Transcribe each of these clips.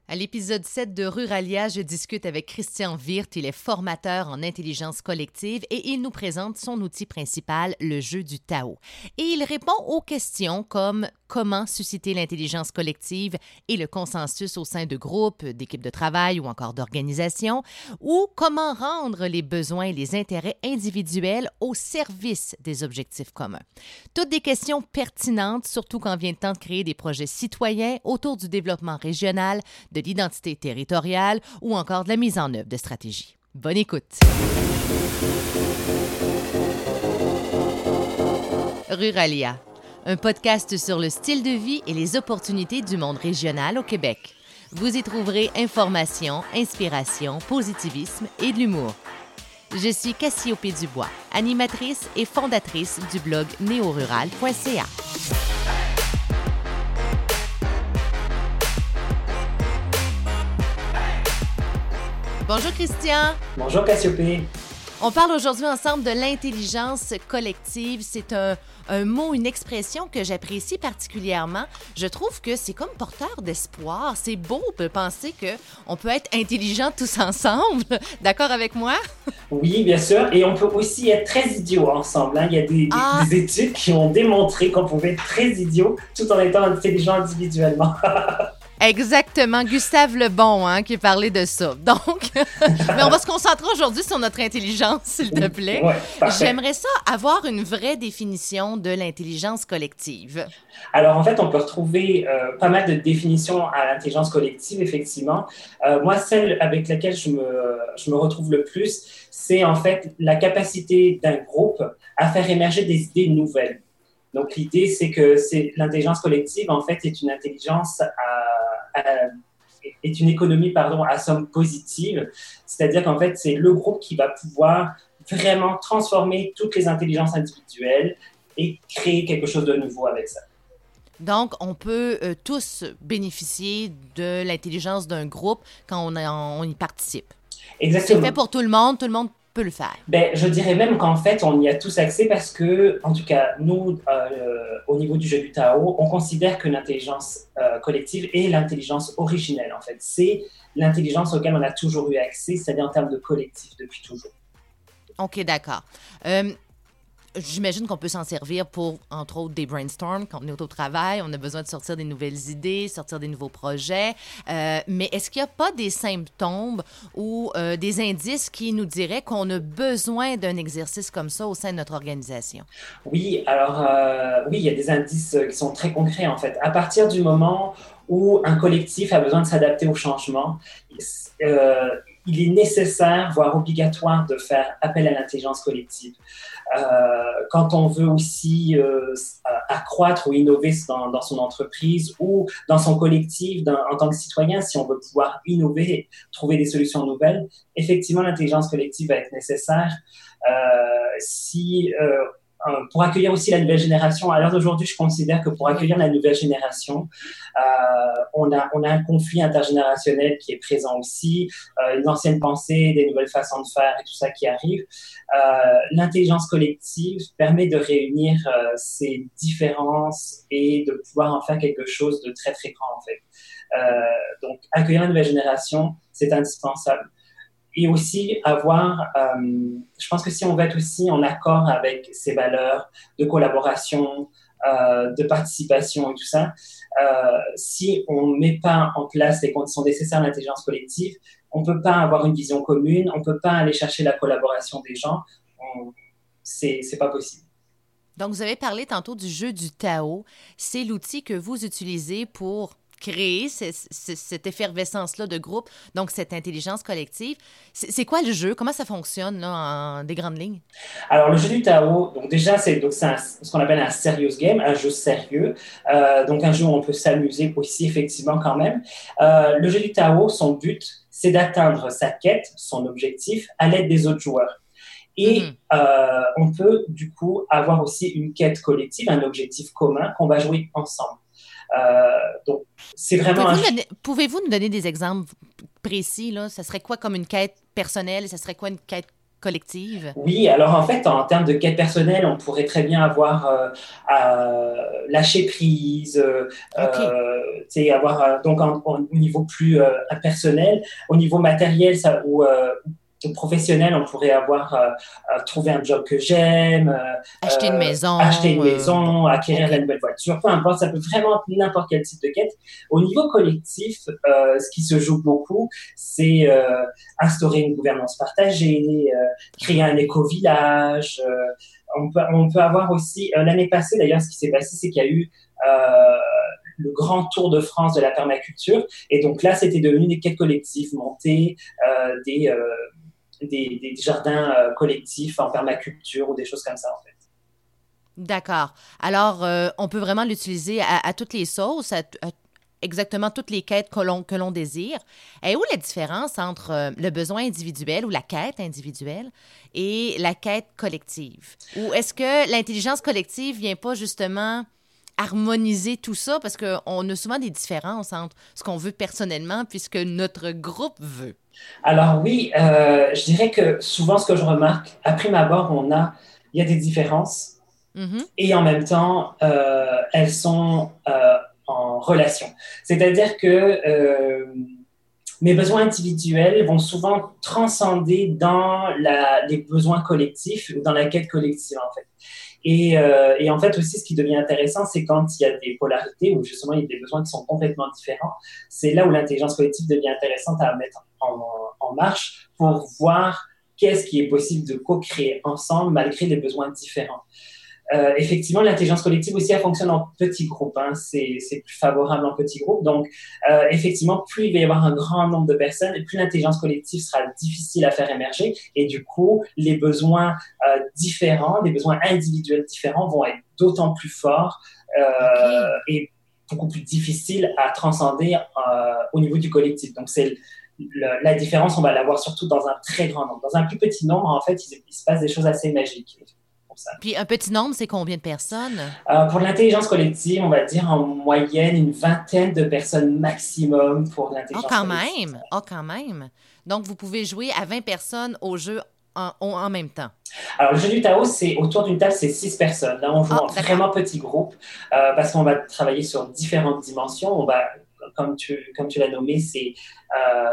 À l'épisode 7 de Ruralia, je discute avec Christian Wirth. Il est formateur en intelligence collective et il nous présente son outil principal, le jeu du Tao. Et il répond aux questions comme comment susciter l'intelligence collective et le consensus au sein de groupes, d'équipes de travail ou encore d'organisations, ou comment rendre les besoins et les intérêts individuels au service des objectifs communs. Toutes des questions pertinentes, surtout quand vient le temps de créer des projets citoyens autour du développement régional, de l'identité territoriale ou encore de la mise en œuvre de stratégies. Bonne écoute! Ruralia, un podcast sur le style de vie et les opportunités du monde régional au Québec. Vous y trouverez information, inspiration, positivisme et de l'humour. Je suis Cassiopée Dubois, animatrice et fondatrice du blog neorural.ca. Bonjour Christian. Bonjour Cassiopée. On parle aujourd'hui ensemble de l'intelligence collective. C'est un mot, une expression que j'apprécie particulièrement. Je trouve que c'est comme porteur d'espoir. C'est beau de penser qu'on peut être intelligent tous ensemble. D'accord avec moi? Oui, bien sûr. Et on peut aussi être très idiot ensemble. Il y a des études qui ont démontré qu'on pouvait être très idiot tout en étant intelligent individuellement. Exactement, Gustave Lebon qui parlait de ça. Donc, mais on va se concentrer aujourd'hui sur notre intelligence, s'il te plaît. Ouais, j'aimerais ça avoir une vraie définition de l'intelligence collective. Alors, en fait, on peut retrouver pas mal de définitions à l'intelligence collective, effectivement. Moi, celle avec laquelle je me retrouve le plus, c'est en fait la capacité d'un groupe à faire émerger des idées nouvelles. Donc, l'idée, c'est que l'intelligence collective, en fait, est une intelligence est une économie à somme positive, c'est-à-dire qu'en fait, c'est le groupe qui va pouvoir vraiment transformer toutes les intelligences individuelles et créer quelque chose de nouveau avec ça. Donc, on peut tous bénéficier de l'intelligence d'un groupe quand on y participe. Exactement. C'est fait pour tout le monde peut le faire. Je dirais même qu'en fait, on y a tous accès parce que, en tout cas, nous, au niveau du jeu du Tao, on considère que l'intelligence collective est l'intelligence originelle, en fait. C'est l'intelligence auquel on a toujours eu accès, c'est-à-dire en termes de collectif depuis toujours. OK, d'accord. J'imagine qu'on peut s'en servir pour, entre autres, des brainstorms. Quand on est au travail, on a besoin de sortir des nouvelles idées, sortir des nouveaux projets. Mais est-ce qu'il n'y a pas des symptômes ou des indices qui nous diraient qu'on a besoin d'un exercice comme ça au sein de notre organisation? Oui, alors, oui, il y a des indices qui sont très concrets, en fait. À partir du moment où un collectif a besoin de s'adapter au changement, il est nécessaire, voire obligatoire, de faire appel à l'intelligence collective. Quand on veut aussi accroître ou innover dans son entreprise ou dans son collectif en tant que citoyen, si on veut pouvoir innover, trouver des solutions nouvelles, effectivement, l'intelligence collective va être nécessaire. Pour accueillir aussi la nouvelle génération, à l'heure d'aujourd'hui, je considère que pour accueillir la nouvelle génération, on a un conflit intergénérationnel qui est présent aussi, une ancienne pensée, des nouvelles façons de faire et tout ça qui arrive. L'intelligence collective permet de réunir ces différences et de pouvoir en faire quelque chose de très, très grand, en fait. Donc, accueillir la nouvelle génération, c'est indispensable. Et aussi je pense que si on veut être aussi en accord avec ces valeurs de collaboration, de participation et tout ça, si on ne met pas en place les conditions nécessaires à l'intelligence collective, on ne peut pas avoir une vision commune, on ne peut pas aller chercher la collaboration des gens, c'est pas possible. Donc, vous avez parlé tantôt du jeu du Tao. C'est l'outil que vous utilisez pour créer cette effervescence-là de groupe, donc cette intelligence collective. C'est quoi le jeu? Comment ça fonctionne là, en des grandes lignes? Alors, le jeu du Tao, donc déjà, c'est ce qu'on appelle un serious game, un jeu sérieux. Donc, un jeu où on peut s'amuser aussi, effectivement, quand même. Le jeu du Tao, son but, c'est d'atteindre sa quête, son objectif, à l'aide des autres joueurs. Et on peut, du coup, avoir aussi une quête collective, un objectif commun qu'on va jouer ensemble. Donc, c'est vraiment Pouvez-vous nous donner des exemples précis, là? Ça serait quoi comme une quête personnelle et ça serait quoi une quête collective? Oui, alors en fait, en termes de quête personnelle, on pourrait très bien avoir lâcher prise, OK. avoir donc au niveau plus personnel, au niveau matériel ou professionnel, on pourrait avoir trouver un job que j'aime, Acheter une acheter maison, une bon, maison, acquérir la OK. nouvelle voiture, peu importe, ça peut vraiment être n'importe quel type de quête. Au niveau collectif, ce qui se joue beaucoup, c'est instaurer une gouvernance partagée, créer un éco-village. On peut avoir aussi, l'année passée d'ailleurs, ce qui s'est passé, c'est qu'il y a eu le grand tour de France de la permaculture. Et donc là, c'était devenu des quêtes collectives, monter des jardins collectifs en permaculture ou des choses comme ça, en fait. D'accord. Alors, on peut vraiment l'utiliser à toutes les sauces, à exactement toutes les quêtes que l'on désire. Et où la différence entre le besoin individuel ou la quête individuelle et la quête collective? Ou est-ce que l'intelligence collective vient pas justement harmoniser tout ça? Parce qu'on a souvent des différences entre ce qu'on veut personnellement puis ce que notre groupe veut. Alors oui, je dirais que souvent, ce que je remarque, à prime abord, il y a des différences Mhm. et en même temps, elles sont en relation. C'est-à-dire que mes besoins individuels vont souvent transcender dans les besoins collectifs ou dans la quête collective, en fait. Et en fait aussi, ce qui devient intéressant, c'est quand il y a des polarités où justement il y a des besoins qui sont complètement différents. C'est là où l'intelligence collective devient intéressante à mettre en marche pour voir qu'est-ce qui est possible de co-créer ensemble malgré les besoins différents. Effectivement, l'intelligence collective aussi, elle fonctionne en petits groupes. Hein. C'est plus favorable en petits groupes. Donc, effectivement, plus il va y avoir un grand nombre de personnes, et plus l'intelligence collective sera difficile à faire émerger. Et du coup, les besoins différents, les besoins individuels différents vont être d'autant plus forts OK. et beaucoup plus difficiles à transcender au niveau du collectif. Donc, la différence, on va l'avoir surtout dans un très grand nombre. Dans un plus petit nombre, en fait, il se passe des choses assez magiques. Pour ça. Puis un petit nombre, c'est combien de personnes? Pour l'intelligence collective, on va dire en moyenne une vingtaine de personnes maximum pour Ah, l'intelligence quand collective. même! Ah, quand même! Donc, vous pouvez jouer à 20 personnes au jeu en même temps. Alors, le jeu du Tao, c'est autour d'une table, c'est 6 personnes. Là, on joue Ah, en d'accord. vraiment petits groupes parce qu'on va travailler sur différentes dimensions. Comme tu l'as nommé, euh,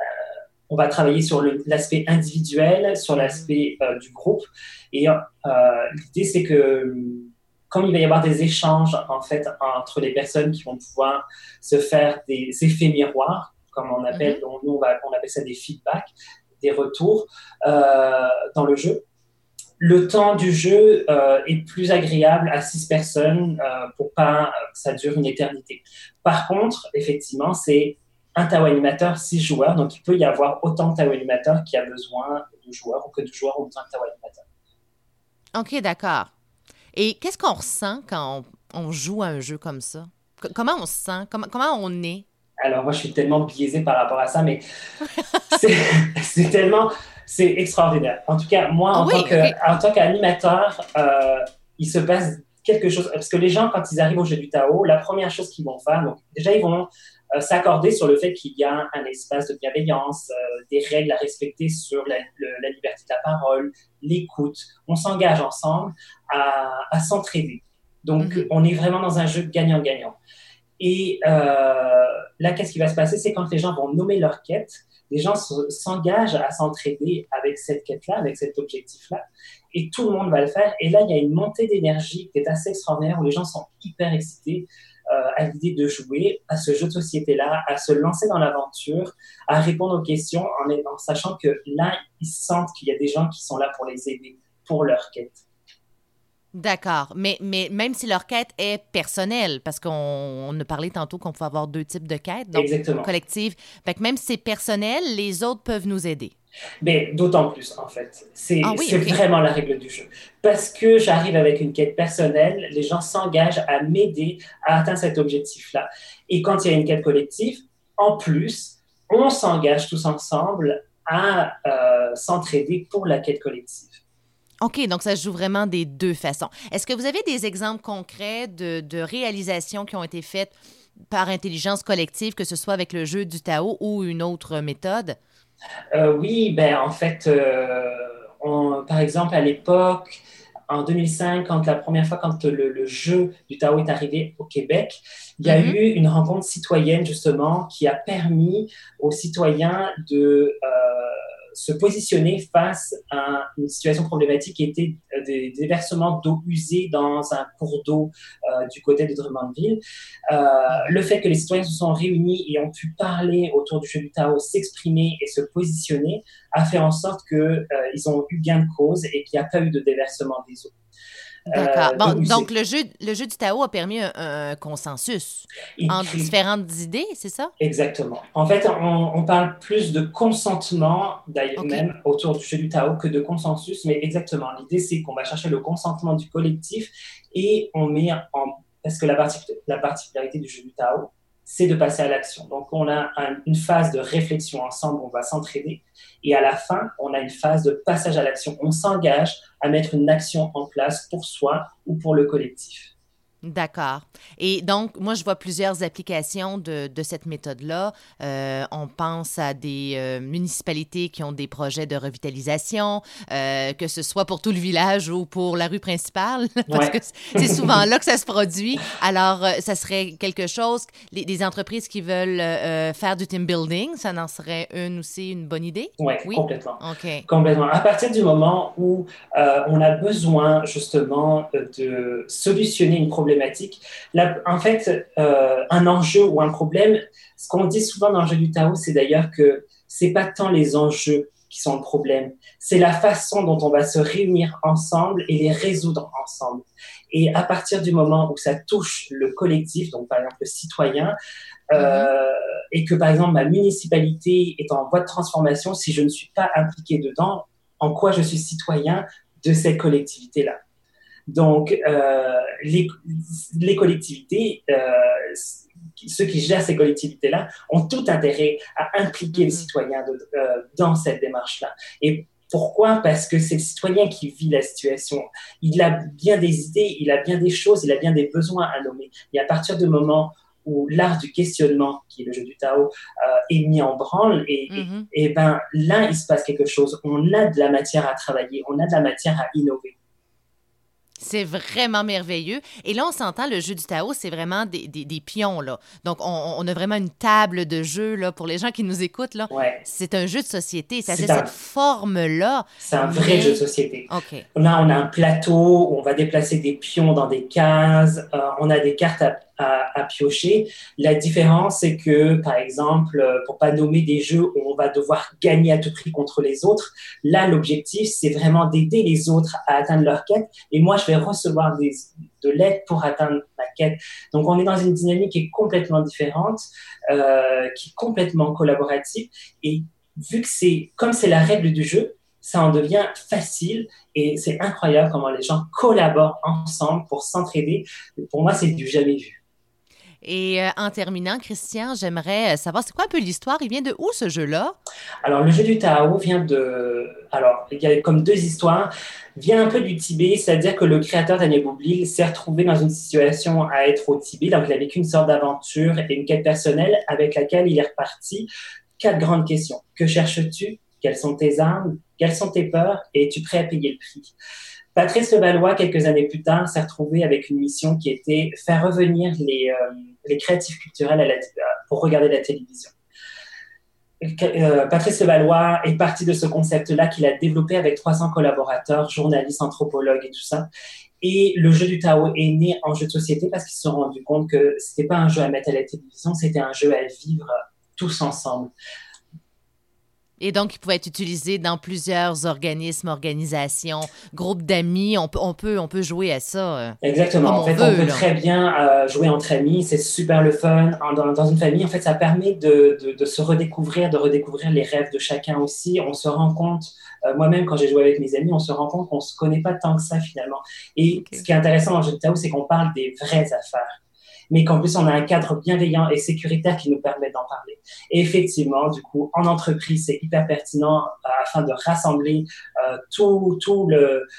on va travailler sur l'aspect individuel, sur Mhm. l'aspect du groupe. Et l'idée, c'est que comme il va y avoir des échanges en fait entre les personnes qui vont pouvoir se faire des effets miroirs, comme on appelle, Mhm. on appelle ça des feedbacks, des retours dans le jeu. Le temps du jeu est plus agréable à 6 personnes pour pas que ça dure une éternité. Par contre, effectivement, c'est un Tao animateur, 6 joueurs, donc il peut y avoir autant de Tao animateurs qui a besoin de joueurs ou que de joueurs ont besoin de Tao animateurs. OK, d'accord. Et qu'est-ce qu'on ressent quand on joue à un jeu comme ça? Comment on se sent? Comment on est? Alors moi, je suis tellement biaisé par rapport à ça, mais c'est c'est tellement, c'est extraordinaire. En tout cas, moi, Ah oui, OK. en tant qu'animateur, il se passe quelque chose. Parce que les gens, quand ils arrivent au jeu du Tao, la première chose qu'ils vont faire, donc déjà, ils vont s'accorder sur le fait qu'il y a un espace de bienveillance, des règles à respecter sur la liberté de la parole, l'écoute. On s'engage ensemble à s'entraider. Donc, Mhm. on est vraiment dans un jeu gagnant-gagnant. Et là, qu'est-ce qui va se passer? C'est quand les gens vont nommer leur quête, les gens s'engagent à s'entraider avec cette quête-là, avec cet objectif-là, et tout le monde va le faire. Et là, il y a une montée d'énergie qui est assez extraordinaire, où les gens sont hyper excités à l'idée de jouer à ce jeu de société-là, à se lancer dans l'aventure, à répondre aux questions en sachant que là, ils sentent qu'il y a des gens qui sont là pour les aider, pour leur quête. D'accord. Mais même si leur quête est personnelle, parce qu'on a parlé tantôt qu'on pouvait avoir deux types de quêtes, donc Exactement. collective. Fait que même si c'est personnel, les autres peuvent nous aider. Mais d'autant plus, en fait. Ah oui, C'est OK. vraiment la règle du jeu. Parce que j'arrive avec une quête personnelle, les gens s'engagent à m'aider à atteindre cet objectif-là. Et quand il y a une quête collective, en plus, on s'engage tous ensemble à s'entraider pour la quête collective. OK, donc ça se joue vraiment des deux façons. Est-ce que vous avez des exemples concrets de réalisations qui ont été faites par intelligence collective, que ce soit avec le jeu du Tao ou une autre méthode? Oui, ben en fait, Par exemple, à l'époque, en 2005, quand le jeu du Tao est arrivé au Québec, il y a eu une rencontre citoyenne, justement, qui a permis aux citoyens de se positionner face à une situation problématique qui était des déversements d'eau usée dans un cours d'eau du côté de Drummondville. Le fait que les citoyens se sont réunis et ont pu parler autour du jeu du Tao, s'exprimer et se positionner, a fait en sorte qu'ils ont eu gain de cause et qu'il n'y a pas eu de déversement des eaux. D'accord. Bon, donc le jeu du Tao a permis un consensus entre différentes idées, c'est ça? Exactement. En fait, on parle plus de consentement, d'ailleurs, même autour du jeu du Tao, que de consensus, mais exactement. L'idée, c'est qu'on va chercher le consentement du collectif et on met en... Parce que la particularité du jeu du Tao, c'est de passer à l'action. Donc, on a une phase de réflexion ensemble, on va s'entraider. Et à la fin, on a une phase de passage à l'action. On s'engage à mettre une action en place pour soi ou pour le collectif. D'accord. Et donc, moi, je vois plusieurs applications de cette méthode-là. On pense à des municipalités qui ont des projets de revitalisation, que ce soit pour tout le village ou pour la rue principale, parce que c'est souvent là que ça se produit. Alors, ça serait quelque chose, des entreprises qui veulent faire du team building, ça en serait une bonne idée? Oui, complètement. OK. Complètement. À partir du moment où on a besoin, justement, de solutionner une problématique, en fait, un enjeu ou un problème, ce qu'on dit souvent dans le jeu du Tao, c'est d'ailleurs que c'est pas tant les enjeux qui sont le problème, c'est la façon dont on va se réunir ensemble et les résoudre ensemble. Et à partir du moment où ça touche le collectif, donc par exemple le citoyen, et que par exemple ma municipalité est en voie de transformation, si je ne suis pas impliqué dedans, en quoi je suis citoyen de cette collectivité-là? Donc, les collectivités, ceux qui gèrent ces collectivités-là, ont tout intérêt à impliquer les citoyens dans cette démarche-là. Et pourquoi? Parce que c'est le citoyen qui vit la situation. Il a bien des idées, il a bien des choses, il a bien des besoins à nommer. Et à partir du moment où l'art du questionnement, qui est le jeu du Tao, est mis en branle, et ben là, il se passe quelque chose. On a de la matière à travailler, on a de la matière à innover. C'est vraiment merveilleux. Et là, on s'entend, le jeu du Tao, c'est vraiment des pions, là. Donc, on a vraiment une table de jeu, là, pour les gens qui nous écoutent, là. Ouais. C'est un jeu de société. Ça fait cette forme-là. C'est un vrai jeu de société. OK. Là, on a un plateau où on va déplacer des pions dans des cases. On a des cartes à piocher. La différence, c'est que, par exemple, pour pas nommer des jeux où on va devoir gagner à tout prix contre les autres, là, l'objectif, c'est vraiment d'aider les autres à atteindre leur quête. Et moi, je vais recevoir de l'aide pour atteindre ma quête. Donc, on est dans une dynamique qui est complètement différente, qui est complètement collaborative. Et vu que comme c'est la règle du jeu, ça en devient facile et c'est incroyable comment les gens collaborent ensemble pour s'entraider. Pour moi, c'est du jamais vu. Et en terminant, Christian, j'aimerais savoir, c'est quoi un peu l'histoire? Il vient de où, ce jeu-là? Alors, le jeu du Tao vient Alors, il y a comme deux histoires. Vient un peu du Tibet, c'est-à-dire que le créateur Daniel Boublil s'est retrouvé dans une situation à être au Tibet. Donc, il a vécu une sorte d'aventure et une quête personnelle avec laquelle il est reparti. 4 grandes questions. Que cherches-tu? Quelles sont tes armes? Quelles sont tes peurs? Et es-tu prêt à payer le prix? Patrice Levallois, quelques années plus tard, s'est retrouvé avec une mission qui était faire revenir les créatifs culturels pour regarder la télévision. Patrice Levallois est parti de ce concept-là qu'il a développé avec 300 collaborateurs, journalistes, anthropologues et tout ça. Et le jeu du Tao est né en jeu de société parce qu'ils se sont rendus compte que c'était pas un jeu à mettre à la télévision, c'était un jeu à vivre tous ensemble. Et donc, il pouvait être utilisé dans plusieurs organismes, organisations, groupes d'amis. On peut jouer à ça. Exactement. En fait, on peut très bien jouer entre amis. C'est super le fun. Dans une famille, en fait, ça permet de se redécouvrir, de redécouvrir les rêves de chacun aussi. On se rend compte, moi-même, quand j'ai joué avec mes amis, on se rend compte qu'on ne se connaît pas tant que ça, finalement. Et ce qui est intéressant dans le jeu de Tao, c'est qu'on parle des vraies affaires, mais qu'en plus, on a un cadre bienveillant et sécuritaire qui nous permet d'en parler. Et effectivement, du coup, en entreprise, c'est hyper pertinent afin de rassembler tout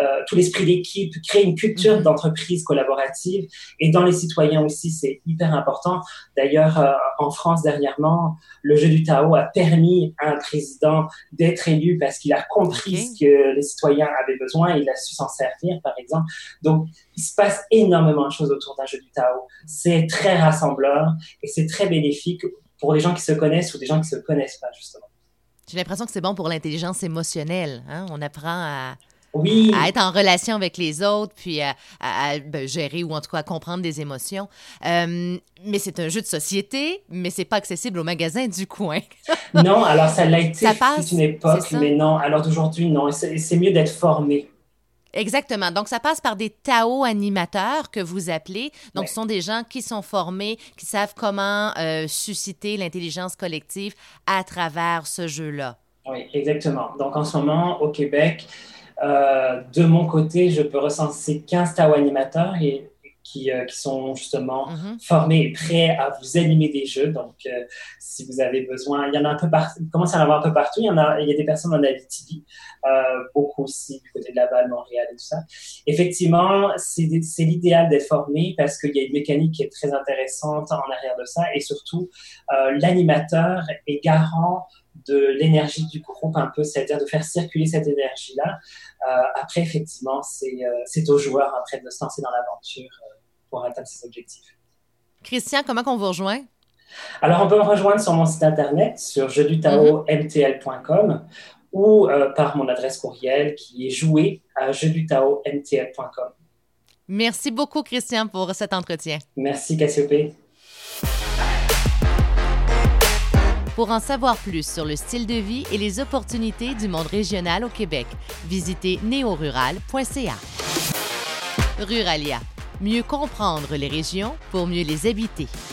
tout l'esprit d'équipe, créer une culture d'entreprise collaborative. Et dans les citoyens aussi, c'est hyper important. D'ailleurs, en France, dernièrement, le jeu du Tao a permis à un président d'être élu parce qu'il a compris ce que les citoyens avaient besoin et il a su s'en servir, par exemple. Donc, il se passe énormément de choses autour d'un jeu du Tao. C'est très rassembleur et c'est très bénéfique pour les gens qui se connaissent ou des gens qui ne se connaissent pas, justement. J'ai l'impression que c'est bon pour l'intelligence émotionnelle. Hein? On apprend à être en relation avec les autres, puis à gérer ou en tout cas à comprendre des émotions. Mais c'est un jeu de société, mais c'est pas accessible au magasin du coin. Non, alors ça l'a été toute une époque, mais non, à l'heure d'aujourd'hui, non. C'est mieux d'être formé. Exactement. Donc, ça passe par des Tao animateurs que vous appelez. Donc, ce sont des gens qui sont formés, qui savent comment susciter l'intelligence collective à travers ce jeu-là. Oui, exactement. Donc, en ce moment, au Québec, de mon côté, je peux recenser 15 Tao animateurs qui sont justement formés et prêts à vous animer des jeux. Donc, si vous avez besoin, il y en a un peu partout, il commence à en avoir un peu partout. Il y a des personnes en Abitibi, beaucoup aussi du côté de Laval, Montréal et tout ça. Effectivement, c'est l'idéal d'être formé parce qu'il y a une mécanique qui est très intéressante en arrière de ça et surtout, l'animateur est garant de l'énergie du groupe un peu, c'est-à-dire de faire circuler cette énergie-là. Après, effectivement, c'est aux joueurs après de se lancer dans l'aventure pour atteindre ses objectifs. Christian, comment on vous rejoint? Alors, on peut me rejoindre sur mon site internet, sur jeudutaomtl.com ou par mon adresse courriel qui est jouer@jeudutaomtl.com. Merci beaucoup, Christian, pour cet entretien. Merci, Cassiopée. Pour en savoir plus sur le style de vie et les opportunités du monde régional au Québec, visitez neorural.ca. Ruralia. Mieux comprendre les régions pour mieux les habiter.